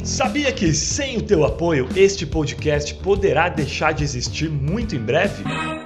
Sabia que sem o teu apoio, este podcast poderá deixar de existir muito em breve?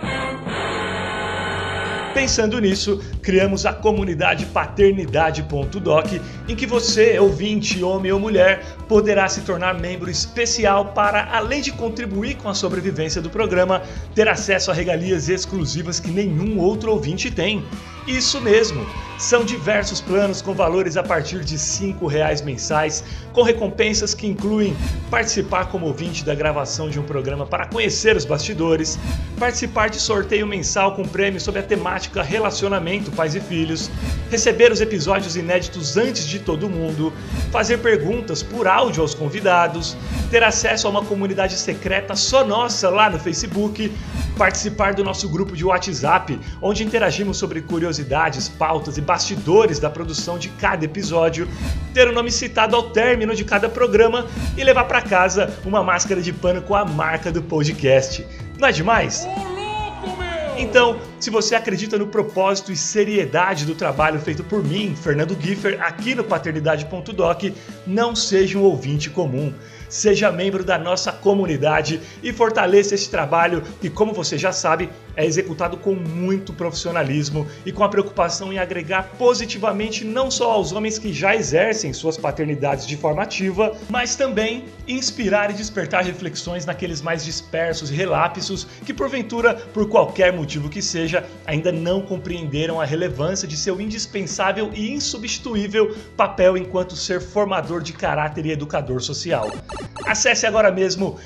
Pensando nisso, criamos a comunidade paternidade.doc, em que você, ouvinte, homem ou mulher, poderá se tornar membro especial para, além de contribuir com a sobrevivência do programa, ter acesso a regalias exclusivas que nenhum outro ouvinte tem. Isso mesmo! São diversos planos com valores a partir de R$ 5,00 mensais, com recompensas que incluem participar como ouvinte da gravação de um programa para conhecer os bastidores, participar de sorteio mensal com prêmios sobre a temática relacionamento pais e filhos, receber os episódios inéditos antes de todo mundo, fazer perguntas por áudio aos convidados, ter acesso a uma comunidade secreta só nossa lá no Facebook, participar do nosso grupo de WhatsApp, onde interagimos sobre curiosidades, pautas e bastidores da produção de cada episódio, ter o nome citado ao término de cada programa e levar para casa uma máscara de pano com a marca do podcast. Não é demais? Então, se você acredita no propósito e seriedade do trabalho feito por mim, Fernando Giffer, aqui no paternidade.doc, não seja um ouvinte comum. Seja membro da nossa comunidade e fortaleça esse trabalho que, como você já sabe, é executado com muito profissionalismo e com a preocupação em agregar positivamente não só aos homens que já exercem suas paternidades de forma ativa, mas também inspirar e despertar reflexões naqueles mais dispersos e relapsos que, porventura, por qualquer motivo que seja, ainda não compreenderam a relevância de seu indispensável e insubstituível papel enquanto ser formador de caráter e educador social. Acesse agora mesmo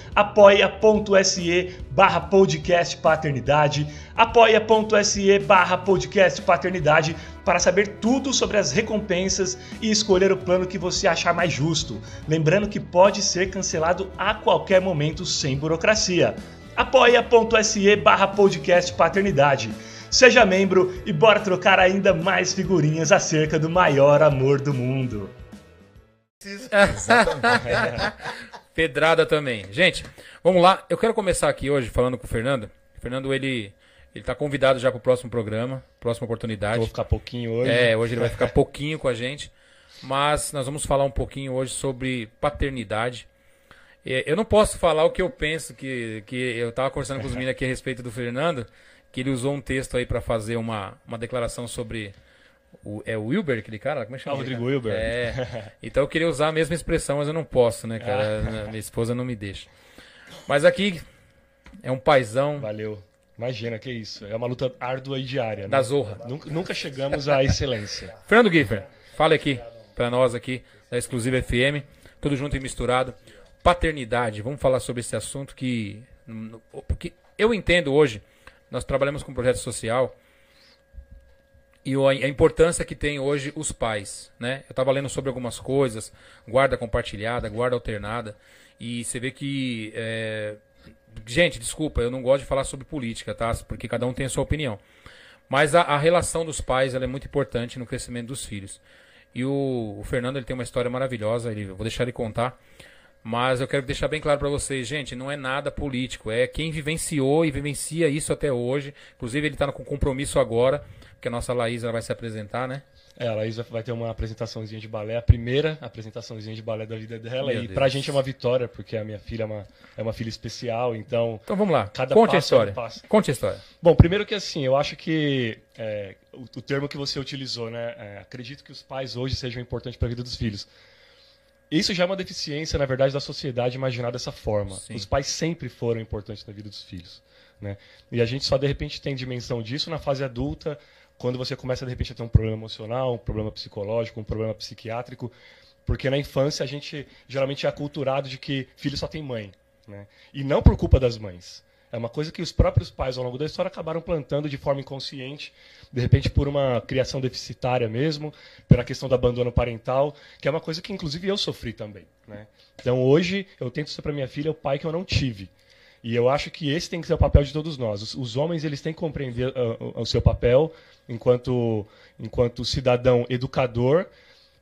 apoia.se/podcast paternidade, apoia.se/podcast paternidade para saber tudo sobre as recompensas e escolher o plano que você achar mais justo. Lembrando que pode ser cancelado a qualquer momento sem burocracia. apoia.se/podcast paternidade. Seja membro e bora trocar ainda mais figurinhas acerca do maior amor do mundo. Pedrada também. Gente, vamos lá. Eu quero começar aqui hoje falando com o Fernando. O Fernando, ele tá convidado já para o próximo programa, próxima oportunidade. Eu vou ficar pouquinho hoje. Hoje ele vai ficar pouquinho com a gente. Mas nós vamos falar um pouquinho hoje sobre paternidade. Eu não posso falar o que eu penso, que eu estava conversando com os meninos aqui a respeito do Fernando, que ele usou um texto aí para fazer uma declaração sobre... o Wilber, aquele cara? Como é que chama? Rodrigo Wilber. Então eu queria usar a mesma expressão, mas eu não posso, né, cara? Minha esposa não me deixa. Mas aqui é um paizão. Valeu. Imagina, que isso. É uma luta árdua e diária, né? Da Zorra. Nunca chegamos à excelência. Fernando Giffer, fala aqui pra nós aqui da Exclusiva FM, tudo junto e misturado. Paternidade, vamos falar sobre esse assunto que eu entendo hoje, nós trabalhamos com projeto social, e a importância que tem hoje os pais, né? Eu estava lendo sobre algumas coisas, guarda compartilhada, guarda alternada, e você vê que... Gente, desculpa, eu não gosto de falar sobre política, tá? Porque cada um tem a sua opinião. Mas a relação dos pais, ela é muito importante no crescimento dos filhos. E o Fernando, ele tem uma história maravilhosa, vou deixar ele contar. Mas eu quero deixar bem claro para vocês, gente, não é nada político, é quem vivenciou e vivencia isso até hoje. Inclusive ele está com compromisso agora, porque a nossa Laís vai se apresentar, né? A Laís vai ter uma apresentaçãozinha de balé, a primeira apresentaçãozinha de balé da vida dela. Meu e Deus. Pra gente é uma vitória, porque a minha filha é uma filha especial, então... Então vamos lá, conte a história. Conte a história. Bom, primeiro que assim, eu acho que o termo que você utilizou, né? Acredito que os pais hoje sejam importantes para a vida dos filhos. Isso já é uma deficiência, na verdade, da sociedade imaginar dessa forma. Sim. Os pais sempre foram importantes na vida dos filhos, né? E a gente só, de repente, tem dimensão disso na fase adulta, quando você começa, de repente, a ter um problema emocional, um problema psicológico, um problema psiquiátrico, porque na infância a gente geralmente é aculturado de que filho só tem mãe, né? E não por culpa das mães. É uma coisa que os próprios pais, ao longo da história, acabaram plantando de forma inconsciente, de repente por uma criação deficitária mesmo, pela questão do abandono parental, que é uma coisa que, inclusive, eu sofri também, né? Então, hoje, eu tento ser para minha filha o pai que eu não tive. E eu acho que esse tem que ser o papel de todos nós. Os homens, eles têm que compreender o seu papel enquanto cidadão educador,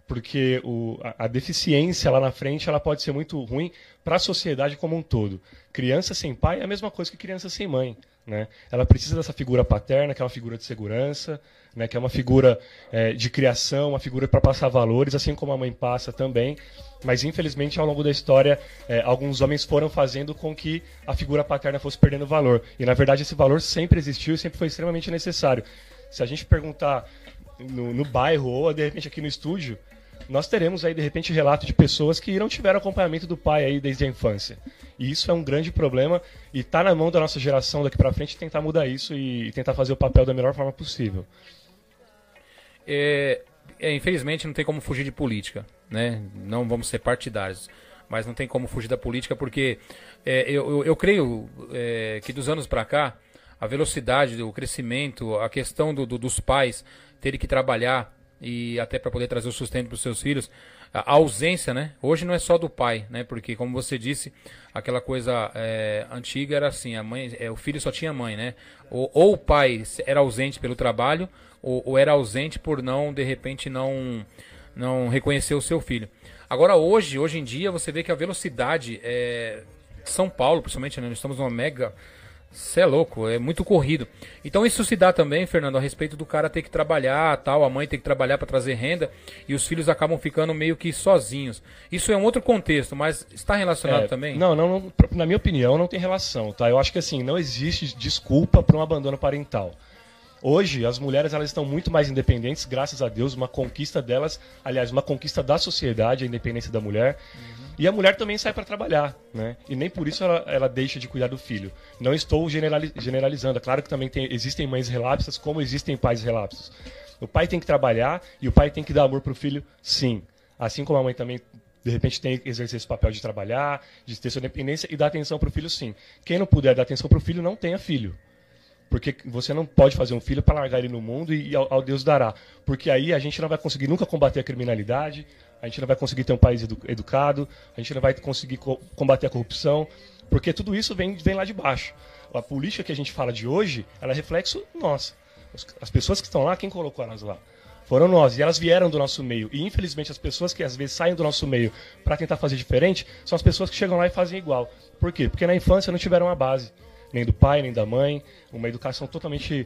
porque a deficiência lá na frente ela pode ser muito ruim para a sociedade como um todo. Criança sem pai é a mesma coisa que criança sem mãe, né? Ela precisa dessa figura paterna, que é uma figura de segurança, né? Que é uma figura de criação, uma figura para passar valores, assim como a mãe passa também. Mas, infelizmente, ao longo da história, alguns homens foram fazendo com que a figura paterna fosse perdendo valor. E, na verdade, esse valor sempre existiu e sempre foi extremamente necessário. Se a gente perguntar no bairro ou, de repente, aqui no estúdio, nós teremos aí, de repente, relato de pessoas que não tiveram acompanhamento do pai aí desde a infância. E isso é um grande problema e está na mão da nossa geração daqui para frente tentar mudar isso e tentar fazer o papel da melhor forma possível. Infelizmente, não tem como fugir de política, né? Não vamos ser partidários, mas não tem como fugir da política porque eu creio que dos anos para cá, a velocidade do crescimento, a questão dos pais terem que trabalhar e até para poder trazer o sustento para os seus filhos, a ausência, né? Hoje não é só do pai, né? Porque, como você disse, aquela coisa antiga era assim, a mãe, o filho só tinha mãe, né? Ou o pai era ausente pelo trabalho, ou era ausente por de repente, não reconhecer o seu filho. Agora, hoje em dia, você vê que a velocidade, São Paulo, principalmente, né? Nós estamos numa mega... Você é louco, é muito corrido. Então isso se dá também, Fernando, a respeito do cara ter que trabalhar, tal, a mãe ter que trabalhar para trazer renda e os filhos acabam ficando meio que sozinhos. Isso é um outro contexto, mas está relacionado também? Não, na minha opinião não tem relação, tá? Eu acho que assim, não existe desculpa para um abandono parental. Hoje, as mulheres elas estão muito mais independentes, graças a Deus, uma conquista delas, aliás, uma conquista da sociedade, a independência da mulher. E a mulher também sai para trabalhar, né? E nem por isso ela deixa de cuidar do filho. Não estou generalizando. É claro que também existem mães relapsas, como existem pais relapsos. O pai tem que trabalhar e o pai tem que dar amor para o filho, sim. Assim como a mãe também, de repente, tem que exercer esse papel de trabalhar, de ter sua independência e dar atenção para o filho, sim. Quem não puder dar atenção para o filho, não tenha filho. Porque você não pode fazer um filho para largar ele no mundo e ao Deus dará. Porque aí a gente não vai conseguir nunca combater a criminalidade, a gente não vai conseguir ter um país educado, a gente não vai conseguir combater a corrupção, porque tudo isso vem lá de baixo. A política que a gente fala de hoje, ela é reflexo nosso. As pessoas que estão lá, quem colocou elas lá? Foram nós, e elas vieram do nosso meio. E infelizmente as pessoas que às vezes saem do nosso meio para tentar fazer diferente, são as pessoas que chegam lá e fazem igual. Por quê? Porque na infância não tiveram a base. Nem do pai, nem da mãe, uma educação totalmente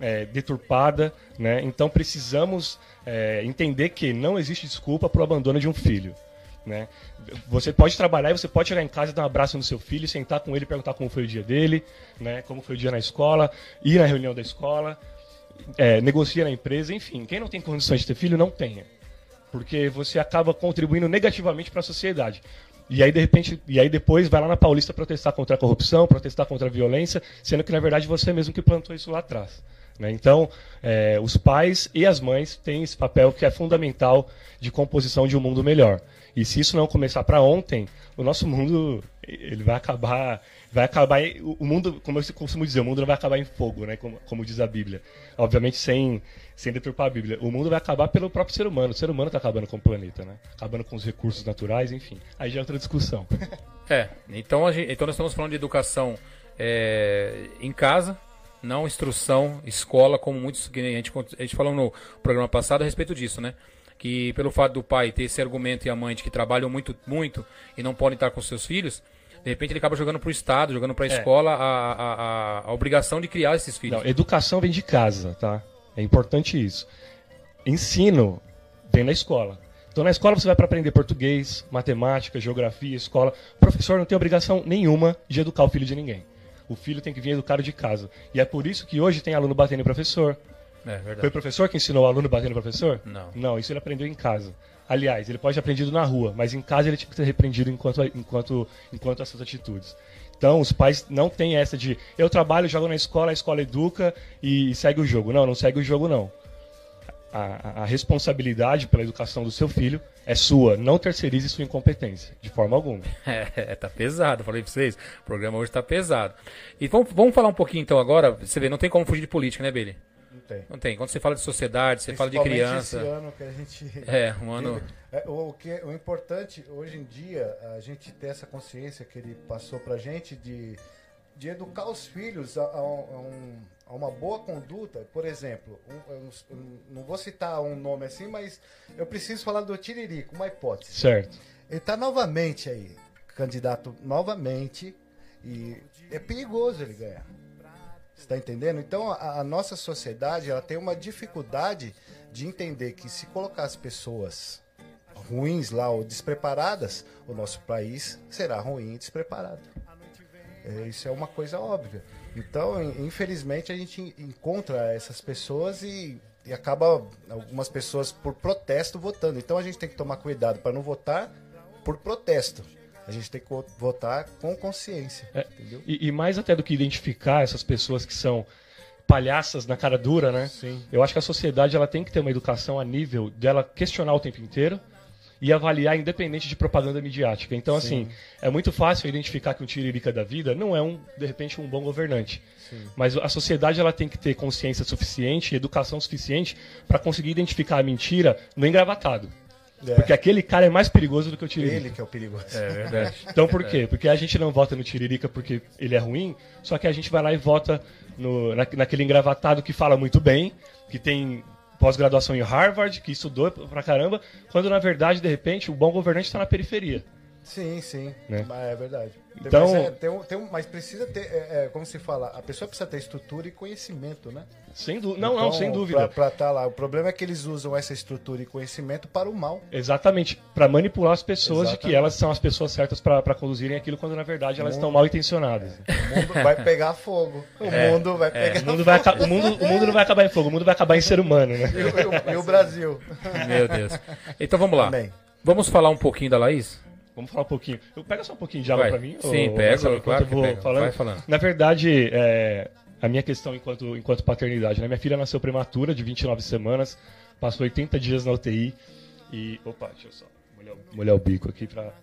deturpada, né? Então precisamos entender que não existe desculpa para o abandono de um filho, né? Você pode trabalhar e você pode chegar em casa, dar um abraço no seu filho, sentar com ele e perguntar como foi o dia dele, né? Como foi o dia na escola, ir na reunião da escola, negocia na empresa, enfim. Quem não tem condições de ter filho, não tenha. Porque você acaba contribuindo negativamente para a sociedade. E aí depois vai lá na Paulista protestar contra a corrupção, protestar contra a violência, sendo que na verdade você mesmo que plantou isso lá atrás, né? Então, os pais e as mães têm esse papel que é fundamental de composição de um mundo melhor. E se isso não começar para ontem, o nosso mundo ele vai acabar o mundo, como eu costumo dizer, o mundo não vai acabar em fogo, né? Como diz a Bíblia. Obviamente sem deturpar a Bíblia. O mundo vai acabar pelo próprio ser humano. O ser humano está acabando com o planeta, né? Acabando com os recursos naturais, enfim. Aí já é outra discussão. Então nós estamos falando de educação em casa, não instrução, escola, como muitos que a gente falou no programa passado a respeito disso, né? Que pelo fato do pai ter esse argumento e a mãe de que trabalham muito, muito e não podem estar com seus filhos, de repente ele acaba jogando para o Estado, jogando para a escola a obrigação de criar esses filhos. Não, educação vem de casa, tá? É importante isso. Ensino vem na escola. Então na escola você vai para aprender português, matemática, geografia, escola. O professor não tem obrigação nenhuma de educar o filho de ninguém. O filho tem que vir educado de casa. E é por isso que hoje tem aluno batendo em professor. Verdade. Foi o professor que ensinou o aluno batendo no professor? Não. Não, isso ele aprendeu em casa. Aliás, ele pode ter aprendido na rua, mas em casa ele tinha que ser repreendido enquanto essas atitudes. Então, os pais não têm essa de eu trabalho, jogo na escola, a escola educa e segue o jogo. Não segue o jogo, não. A responsabilidade pela educação do seu filho é sua. Não terceirize sua incompetência, de forma alguma. Tá pesado, falei pra vocês. O programa hoje tá pesado. E vamos falar um pouquinho então agora. Você vê, não tem como fugir de política, né, Billy? Não tem. Quando você fala de sociedade, você fala de criança. Esse ano que a gente... um ano... O importante, hoje em dia, a gente ter essa consciência que ele passou pra gente de de educar os filhos a uma boa conduta. Por exemplo, eu não vou citar um nome assim, mas eu preciso falar do Tiririca, uma hipótese. Certo. Ele está novamente aí, candidato novamente, e é perigoso ele ganhar. Você está entendendo? Então a nossa sociedade ela tem uma dificuldade de entender que se colocar as pessoas ruins lá ou despreparadas, o nosso país será ruim e despreparado. Isso é uma coisa óbvia. Então, infelizmente, a gente encontra essas pessoas e acaba algumas pessoas por protesto votando. Então a gente tem que tomar cuidado para não votar por protesto. A gente tem que votar com consciência. Entendeu? E mais até do que identificar essas pessoas que são palhaças na cara dura, né? Sim. Eu acho que a sociedade ela tem que ter uma educação a nível dela questionar o tempo inteiro e avaliar independente de propaganda midiática. Então, assim, é muito fácil identificar que um Tiririca da vida não é, de repente, um bom governante. Sim. Mas a sociedade ela tem que ter consciência suficiente, educação suficiente para conseguir identificar a mentira no engravatado. Porque aquele cara é mais perigoso do que o Tiririca. Ele que é o perigoso. É verdade. Então por quê? Porque a gente não vota no Tiririca porque ele é ruim, só que a gente vai lá e vota naquele engravatado que fala muito bem, que tem pós-graduação em Harvard, que estudou pra caramba, quando na verdade, de repente, o bom governante está na periferia. Sim, sim, né? Mas é verdade. Então, mas precisa ter, como se fala, a pessoa precisa ter estrutura e conhecimento, né? Sem dúvida. Então, Não, sem dúvida. Pra estar lá. O problema é que eles usam essa estrutura e conhecimento para o mal. Exatamente, para manipular as pessoas de que elas são as pessoas certas para conduzirem aquilo, quando na verdade elas estão mal intencionadas. O mundo vai pegar fogo. O mundo vai pegar fogo. O mundo não vai acabar em fogo, o mundo vai acabar em ser humano, né? E o Brasil. Meu Deus. Então vamos lá. Amém. Vamos falar um pouquinho da Laís? Vamos falar um pouquinho. Pega só um pouquinho de água pra mim? Sim, pega, claro que pega. Vai falando. Na verdade, a minha questão enquanto paternidade, né? Minha filha nasceu prematura, de 29 semanas, passou 80 dias na UTI e... Opa, deixa eu só molhar o bico aqui pra...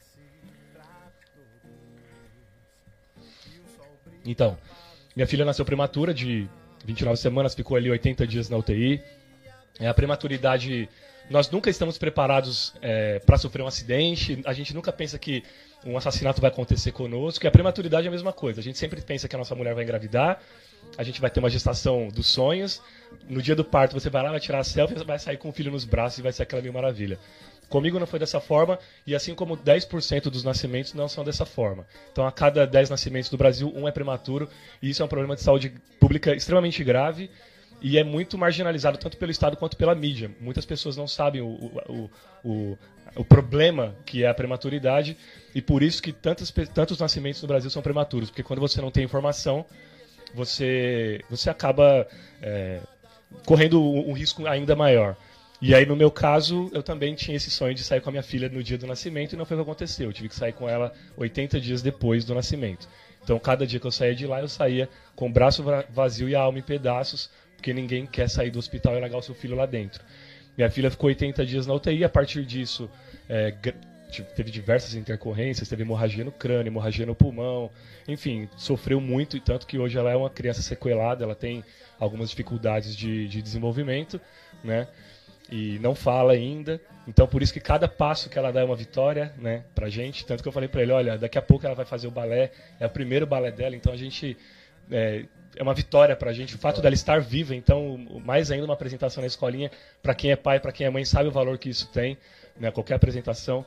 Então, minha filha nasceu prematura, de 29 semanas, ficou ali 80 dias na UTI. A prematuridade... Nós nunca estamos preparados para sofrer um acidente, a gente nunca pensa que um assassinato vai acontecer conosco, e a prematuridade é a mesma coisa. A gente sempre pensa que a nossa mulher vai engravidar, a gente vai ter uma gestação dos sonhos, no dia do parto você vai lá, vai tirar a selfie, vai sair com o filho nos braços e vai ser aquela mil maravilha. Comigo não foi dessa forma, e assim como 10% dos nascimentos não são dessa forma. Então, a cada 10 nascimentos do Brasil, um é prematuro, e isso é um problema de saúde pública extremamente grave, e é muito marginalizado tanto pelo Estado quanto pela mídia. Muitas pessoas não sabem o problema que é a prematuridade, e por isso que tantos nascimentos no Brasil são prematuros, porque quando você não tem informação, você acaba correndo um risco ainda maior. E aí, no meu caso, eu também tinha esse sonho de sair com a minha filha no dia do nascimento, e não foi o que aconteceu. Eu tive que sair com ela 80 dias depois do nascimento. Então, cada dia que eu saía de lá, eu saía com o braço vazio e a alma em pedaços, porque ninguém quer sair do hospital e largar o seu filho lá dentro. Minha filha ficou 80 dias na UTI, a partir disso teve diversas intercorrências, teve hemorragia no crânio, hemorragia no pulmão, enfim, sofreu muito, e tanto que hoje ela é uma criança sequelada, ela tem algumas dificuldades de desenvolvimento, né? E não fala ainda, então por isso que cada passo que ela dá é uma vitória, né, pra gente, tanto que eu falei pra ele, olha, daqui a pouco ela vai fazer o balé, é o primeiro balé dela, então a gente... É uma vitória pra gente, o fato dela estar viva, então, mais ainda uma apresentação na escolinha, pra quem é pai, pra quem é mãe, sabe o valor que isso tem, né, qualquer apresentação.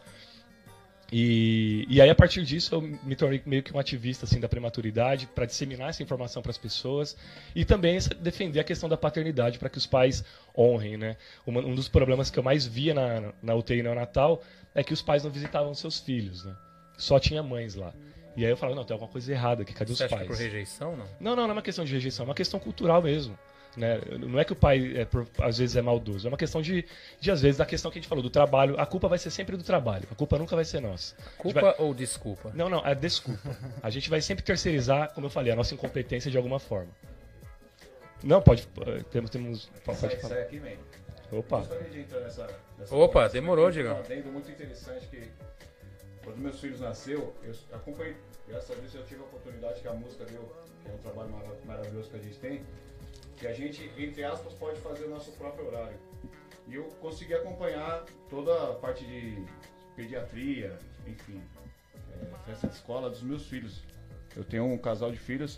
E aí, a partir disso, eu me tornei meio que um ativista assim, da prematuridade, para disseminar essa informação para as pessoas e também defender a questão da paternidade, para que os pais honrem, né? Um dos problemas que eu mais via na UTI neonatal é que os pais não visitavam seus filhos, né? Só tinha mães lá. E aí eu falava, não, tem alguma coisa errada aqui, cadê os pais? Você acha que é por rejeição, não? Não é uma questão de rejeição, é uma questão cultural mesmo. Né? Não é que o pai, às vezes, é maldoso. É uma questão de, às vezes, da questão que a gente falou, do trabalho. A culpa vai ser sempre do trabalho. A culpa nunca vai ser nossa. Culpa ou desculpa? Não, é desculpa. A gente vai sempre terceirizar, como eu falei, a nossa incompetência de alguma forma. Não, pode... Pode falar. Sai aqui, man. Opa. Opa, demorou, Diego. Um adendo muito interessante que, quando meus filhos nasceu, eu acompanhei, graças a Deus eu tive a oportunidade que a música deu, que é um trabalho maravilhoso que a gente tem, que a gente, entre aspas, pode fazer o nosso próprio horário. E eu consegui acompanhar toda a parte de pediatria, enfim, festa de escola dos meus filhos. Eu tenho um casal de filhos.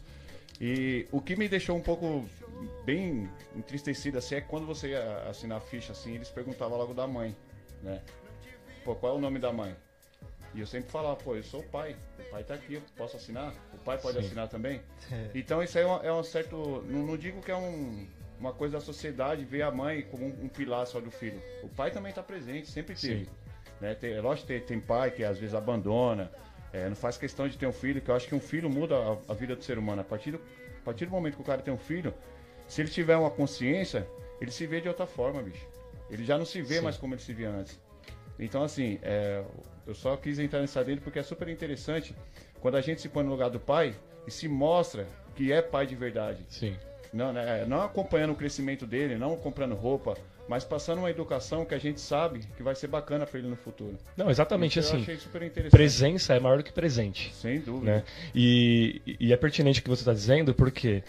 E o que me deixou um pouco bem entristecido assim, é que quando você ia assinar a ficha, assim, eles perguntavam logo da mãe, né? Pô, qual é o nome da mãe? E eu sempre falava, pô, eu sou o pai tá aqui, eu posso assinar? O pai pode assinar também? Então isso aí é um certo, não digo que é uma coisa da sociedade ver a mãe como um pilar só do filho. O pai também está presente, sempre teve. Né? Lógico que tem pai que às vezes abandona, não faz questão de ter um filho, que eu acho que um filho muda a vida do ser humano. A partir do momento que o cara tem um filho, se ele tiver uma consciência, ele se vê de outra forma, bicho. Ele já não se vê mais como ele se via antes. Então, assim, eu só quis entrar nessa dentro porque é super interessante quando a gente se põe no lugar do pai e se mostra que é pai de verdade. Sim. Não acompanhando o crescimento dele, não comprando roupa, mas passando uma educação que a gente sabe que vai ser bacana para ele no futuro. Não, exatamente Isso assim. Eu achei super interessante. Presença é maior do que presente. Sem dúvida. Né? E é pertinente o que você está dizendo, porque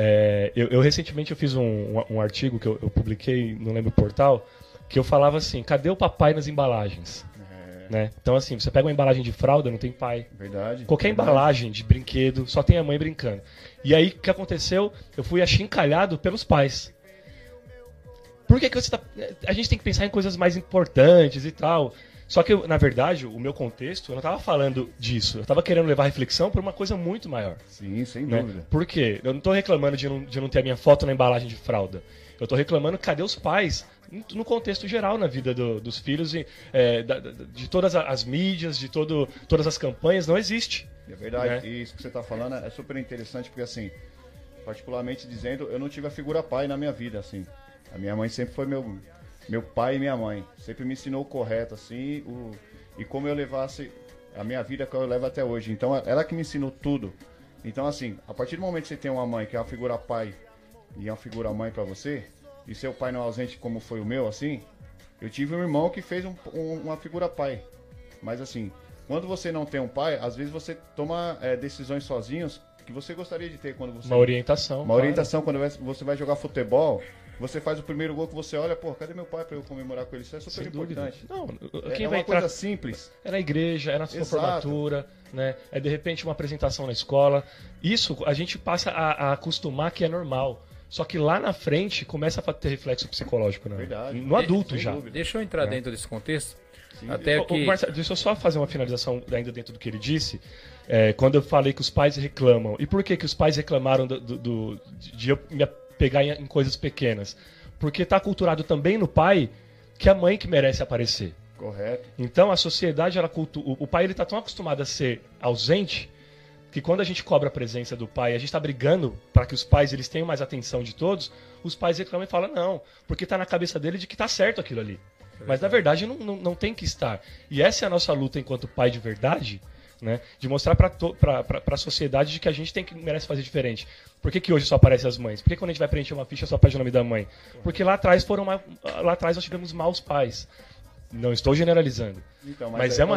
eu recentemente fiz um artigo que eu publiquei, não lembro o portal, que eu falava assim, cadê o papai nas embalagens? Né? Então assim, você pega uma embalagem de fralda, não tem pai. Verdade. Qualquer embalagem de brinquedo, só tem a mãe brincando. E aí, o que aconteceu? Eu fui achincalhado pelos pais. Por que você tá... A gente tem que pensar em coisas mais importantes e tal. Só que, na verdade, o meu contexto, eu não estava falando disso. Eu estava querendo levar a reflexão para uma coisa muito maior. Sim, sem né? dúvida. Por quê? Eu não estou reclamando de não ter a minha foto na embalagem de fralda. Eu estou reclamando cadê os pais no contexto geral na vida dos filhos e de todas as mídias, de todas as campanhas, não existe. É verdade, né? E isso que você está falando é super interessante, porque assim, particularmente dizendo, eu não tive a figura pai na minha vida, assim. A minha mãe sempre foi meu pai e minha mãe. Sempre me ensinou o correto, assim, e como eu levasse a minha vida que eu levo até hoje. Então, ela que me ensinou tudo. Então, assim, a partir do momento que você tem uma mãe que é uma figura pai e é uma figura mãe pra você, e seu pai não é ausente como foi o meu, assim, eu tive um irmão que fez uma figura pai. Mas, assim, quando você não tem um pai, às vezes você toma decisões sozinhos que você gostaria de ter quando você... Uma orientação. Uma orientação, quando você vai jogar futebol, você faz o primeiro gol que você olha, pô, cadê meu pai pra eu comemorar com ele? Isso é super importante. Não, quem vai uma coisa simples. É na igreja, é na sua formatura, né? É de repente uma apresentação na escola. Isso a gente passa a acostumar que é normal. Só que lá na frente começa a ter reflexo psicológico, né? Verdade. No adulto já. Dúvida. Deixa eu entrar dentro desse contexto. Sim. Até que... Marcelo, deixa eu só fazer uma finalização ainda dentro do que ele disse. Quando eu falei que os pais reclamam. E por que os pais reclamaram de eu me pegar em coisas pequenas? Porque está culturado também no pai que a mãe que merece aparecer. Correto. Então a sociedade, o pai ele está tão acostumado a ser ausente que quando a gente cobra a presença do pai, a gente está brigando para que os pais eles tenham mais atenção de todos, os pais reclamam e falam não, porque está na cabeça dele de que está certo aquilo ali. Mas na verdade não tem que estar. E essa é a nossa luta enquanto pai de verdade, né? De mostrar para a sociedade de que a gente merece fazer diferente. Por que hoje só aparecem as mães? Por que quando a gente vai preencher uma ficha só aparece o nome da mãe? Porque lá atrás nós tivemos maus pais. Não estou generalizando. Então, mas é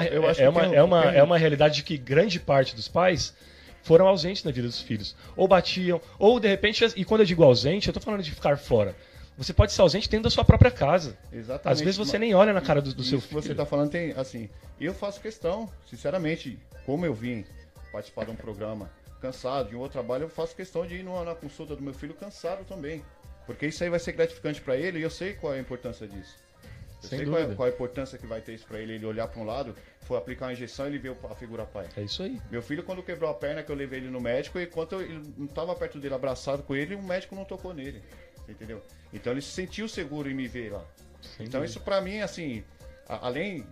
uma realidade de que grande parte dos pais foram ausentes na vida dos filhos. Ou batiam, ou de repente, e quando eu digo ausente, eu estou falando de ficar fora. Você pode ser ausente dentro da sua própria casa. Exatamente. Às vezes você nem olha na cara do seu filho. Isso que você está falando tem, assim, eu faço questão, sinceramente, como eu vim participar de um programa cansado, de um outro trabalho, eu faço questão de ir na consulta do meu filho cansado também. Porque isso aí vai ser gratificante para ele e eu sei qual é a importância disso. Eu sei qual é a importância que vai ter isso pra ele olhar pra um lado, for aplicar uma injeção e ele ver a figura pai. É isso aí. Meu filho, quando quebrou a perna, que eu levei ele no médico, e enquanto ele não tava perto dele, abraçado com ele, o médico não tocou nele. Entendeu? Então ele se sentiu seguro em me ver lá. Então isso pra mim, assim, além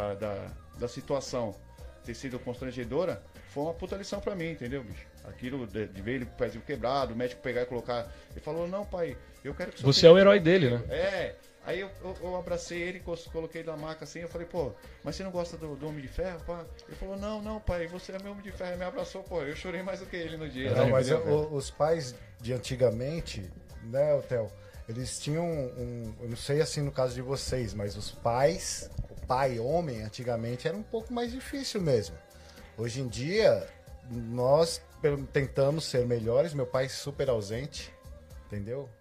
da situação ter sido constrangedora, foi uma puta lição pra mim, entendeu, bicho? Aquilo de ver ele com o pezinho quebrado, o médico pegar e colocar... Ele falou, não, pai, eu quero que você é o herói dele, né? Aí eu abracei ele, coloquei na maca assim, eu falei, pô, mas você não gosta do Homem de Ferro, pá? Ele falou, não, pai, você é meu Homem de Ferro. Ele me abraçou, pô, eu chorei mais do que ele no dia. Não, mas os pais de antigamente, né, Theo, eles tinham eu não sei assim no caso de vocês, mas os pais, o pai homem, antigamente era um pouco mais difícil mesmo. Hoje em dia, nós tentamos ser melhores, meu pai super ausente, entendeu?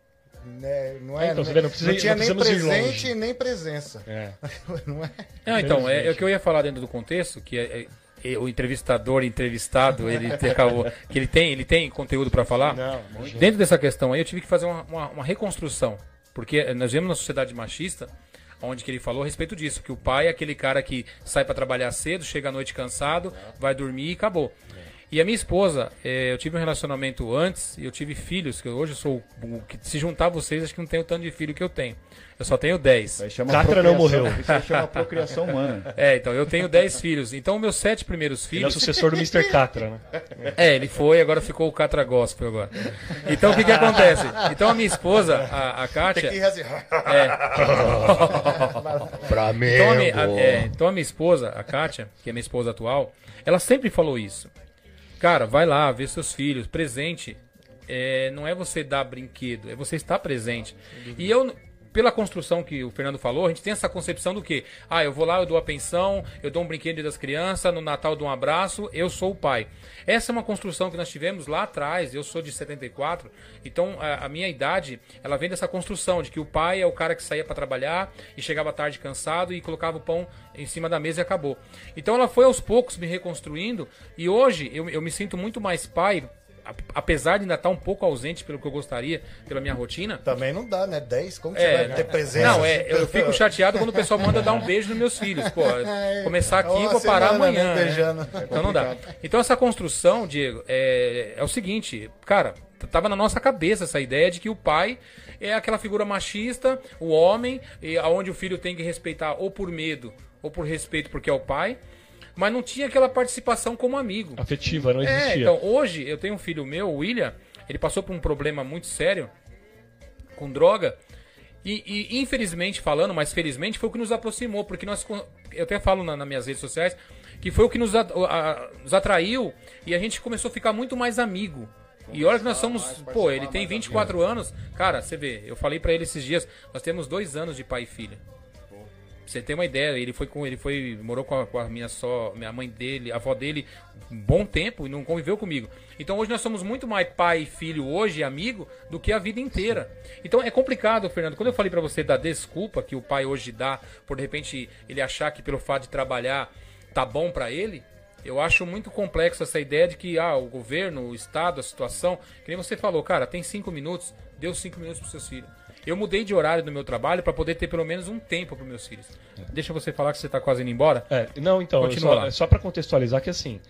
Não é, então, não tinha nem presente nem presença. É. Não é? Não, então, é o que eu ia falar dentro do contexto, que o entrevistador entrevistado, ele acabou, que ele tem conteúdo para falar. Não, Dentro dessa questão aí, eu tive que fazer uma reconstrução, porque nós vivemos numa sociedade machista, onde que ele falou a respeito disso, que o pai é aquele cara que sai para trabalhar cedo, chega à noite cansado, vai dormir e acabou. E a minha esposa, eu tive um relacionamento antes, e eu tive filhos, que hoje eu sou, que se juntar vocês, acho que não tenho o tanto de filho que eu tenho. Eu só tenho 10. Catra não morreu. Isso aí chama procriação humana. Então eu tenho 10 filhos. Então meus 7 primeiros filhos... Ele é o sucessor do Mr. Catra, né? Ele foi, agora ficou o Catra Gospel agora. Então o que acontece? Então a minha esposa, a Kátia... Tem que ir assim. Pra mim, então a minha esposa, a Kátia, que é minha esposa atual, ela sempre falou isso. Cara, vai lá, vê seus filhos, presente. Não é você dar brinquedo, é você estar presente. E eu, pela construção que o Fernando falou, a gente tem essa concepção do quê? Eu vou lá, eu dou a pensão, eu dou um brinquedo das crianças, no Natal eu dou um abraço, eu sou o pai. Essa é uma construção que nós tivemos lá atrás, eu sou de 74, então a minha idade, ela vem dessa construção de que o pai é o cara que saía para trabalhar e chegava tarde cansado e colocava o pão em cima da mesa e acabou. Então ela foi aos poucos me reconstruindo e hoje eu me sinto muito mais pai, apesar de ainda estar um pouco ausente pelo que eu gostaria, pela minha rotina. Também não dá, né? 10, como que você vai ter presença? Não, eu fico chateado quando o pessoal manda dar um beijo nos meus filhos. Pô, começar aqui e vou parar amanhã. Né? Então não dá. Então essa construção, Diego, é o seguinte, cara, tava na nossa cabeça essa ideia de que o pai é aquela figura machista, o homem, onde o filho tem que respeitar ou por medo ou por respeito porque é o pai. Mas não tinha aquela participação como amigo. Afetiva, não existia. Então, hoje, eu tenho um filho meu, o William, ele passou por um problema muito sério com droga. E infelizmente falando, mas felizmente, foi o que nos aproximou. Porque eu até falo nas minhas redes sociais, que foi o que nos atraiu e a gente começou a ficar muito mais amigo. E olha que nós somos... Pô, ele tem 24 anos. Cara, você vê, eu falei pra ele esses dias, nós temos 2 anos de pai e filha. Pra você ter uma ideia, ele morou com a minha mãe dele, a avó dele, um bom tempo e não conviveu comigo. Então hoje nós somos muito mais pai e filho hoje, amigo, do que a vida inteira. Então é complicado, Fernando. Quando eu falei pra você da desculpa que o pai hoje dá, por de repente ele achar que pelo fato de trabalhar tá bom pra ele, eu acho muito complexo essa ideia de que o governo, o Estado, a situação, que nem você falou, cara, tem 5 minutos, deu 5 minutos pros seus filhos. Eu mudei de horário no meu trabalho para poder ter pelo menos um tempo para meus filhos. Deixa você falar que você está quase indo embora. Não, então, só para contextualizar que assim,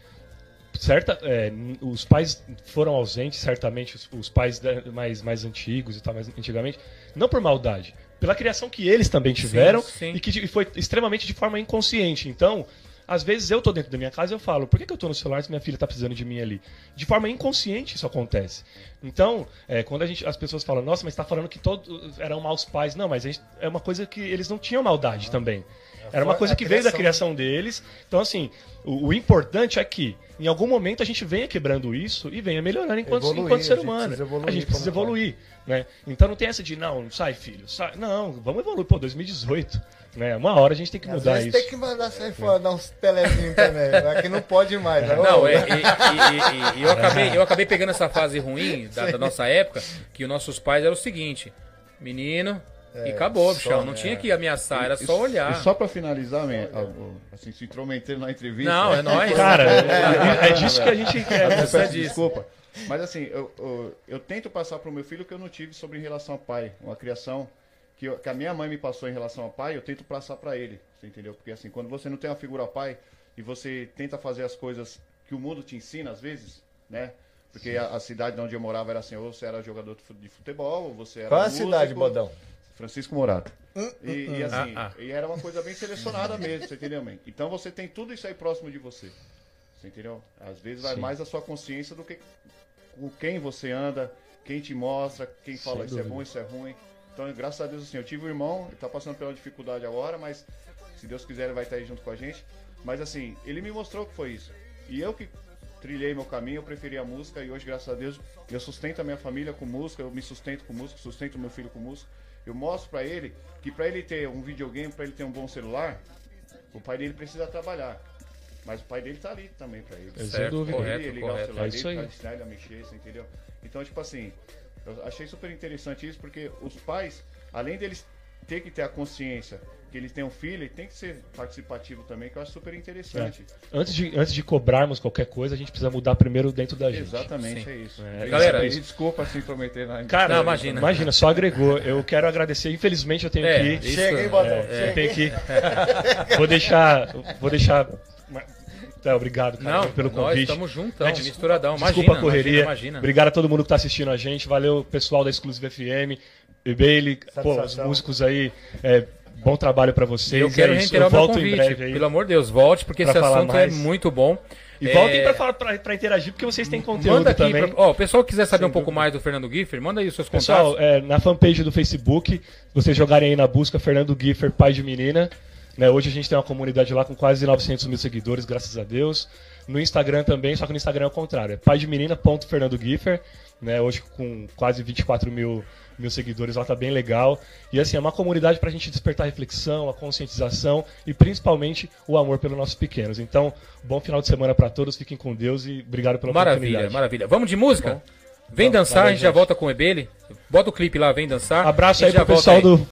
os pais foram ausentes, certamente os pais mais antigos e tal, mais antigamente, não por maldade, pela criação que eles também tiveram sim. E que foi extremamente de forma inconsciente. Então, às vezes eu tô dentro da minha casa e eu falo, por que eu tô no celular se minha filha tá precisando de mim ali? De forma inconsciente isso acontece. Então, quando as pessoas falam, nossa, mas tá falando que todos eram maus pais. Não, mas é uma coisa que eles não tinham maldade também. Era uma coisa que veio da criação deles. Então, assim, o importante é que, em algum momento, a gente venha quebrando isso e venha melhorando enquanto ser humano. A gente precisa evoluir. Né? Então não tem essa de, não sai filho, sai. Não, vamos evoluir, 2018. Né? Uma hora a gente tem que mudar às vezes isso. Tem que mandar sair fora, dar uns telezinhos também. Aqui não pode mais. Né? Eu acabei pegando essa fase ruim da nossa época, que os nossos pais eram o seguinte, menino... E acabou, bichão. Não tinha que ameaçar, era só olhar. E só pra finalizar, assim, se intrometendo na entrevista. Não, é nóis. Cara, é disso que a gente quer. Desculpa. Mas assim, eu tento passar pro meu filho o que eu não tive sobre em relação ao pai. Uma criação que a minha mãe me passou em relação ao pai, eu tento passar pra ele. Você entendeu? Porque assim, quando você não tem uma figura pai e você tenta fazer as coisas que o mundo te ensina às vezes, né? Porque a cidade onde eu morava era assim, ou você era jogador de futebol, ou você era Qual músico. a cidade, Bodão? Francisco Morato. E assim, e era uma coisa bem selecionada mesmo, você entendeu, man? Então você tem tudo isso aí próximo de você. Você entendeu? Às vezes vai mais a sua consciência do que com quem você anda, quem te mostra, quem fala isso é bom, isso é ruim. Então, graças a Deus, assim, eu tive um irmão, ele tá passando pela dificuldade agora, mas se Deus quiser ele vai estar aí junto com a gente. Mas assim, ele me mostrou que foi isso. E eu que trilhei meu caminho, eu preferi a música e hoje, graças a Deus, eu sustento a minha família com música, eu me sustento com música, sustento meu filho com música. Eu mostro pra ele que pra ele ter um videogame, pra ele ter um bom celular, o pai dele precisa trabalhar. Mas o pai dele tá ali também pra ele. Sem dúvida. Ele ligar o celular isso dele aí. pra ensinar ele a mexer, você entendeu? Então, tipo assim, eu achei super interessante isso, porque os pais, além deles tem que ter a consciência que ele tem um filho, ele tem que ser participativo também, que eu acho super interessante. Antes de cobrarmos qualquer coisa, a gente precisa mudar primeiro dentro da gente. Exatamente, Sim. é isso. Galera, E desculpa se intrometer na Cara, Não, imagina, só agregou. Eu quero agradecer. Infelizmente eu tenho que ir. Chega, hein, Botão? Eu tenho que ir. Vou deixar. Tá, obrigado, cara, Não, pelo nós convite. estamos juntão, Né, misturadão. Desculpa a correria. Imagina. Obrigado a todo mundo que tá assistindo a gente. Valeu, pessoal da Exclusive FM. E Bailey, pô, os Satisfação. músicos aí. Bom trabalho pra vocês. Eu quero é isso. reiterar Eu o meu volto em convite. breve aí. Pelo amor de Deus, volte, porque Pra esse falar assunto mais. é muito bom. E voltem pra interagir, porque vocês têm conteúdo Manda aqui. também. O pessoal que quiser saber Sem um pouco dúvida. mais do Fernando Giffer, manda aí os seus Pessoal, contatos. na fanpage do Facebook, se vocês jogarem aí na busca Fernando Giffer, pai de menina. Né, hoje a gente tem uma comunidade lá com quase 900 mil seguidores, graças a Deus. No Instagram também, só que no Instagram é o contrário. É pai de menina.fernandogiffer. Né, hoje com quase 24 mil seguidores lá, tá bem legal. E assim, é uma comunidade pra gente despertar a reflexão, a conscientização e principalmente o amor pelos nossos pequenos. Então, bom final de semana pra todos, fiquem com Deus e obrigado pela Maravilha, oportunidade. maravilha. Vamos de música? Bom. Vem dançar, valeu, a gente já gente. volta com o Ebele. Bota o clipe lá, vem dançar. Abraço A aí gente pro já volta pessoal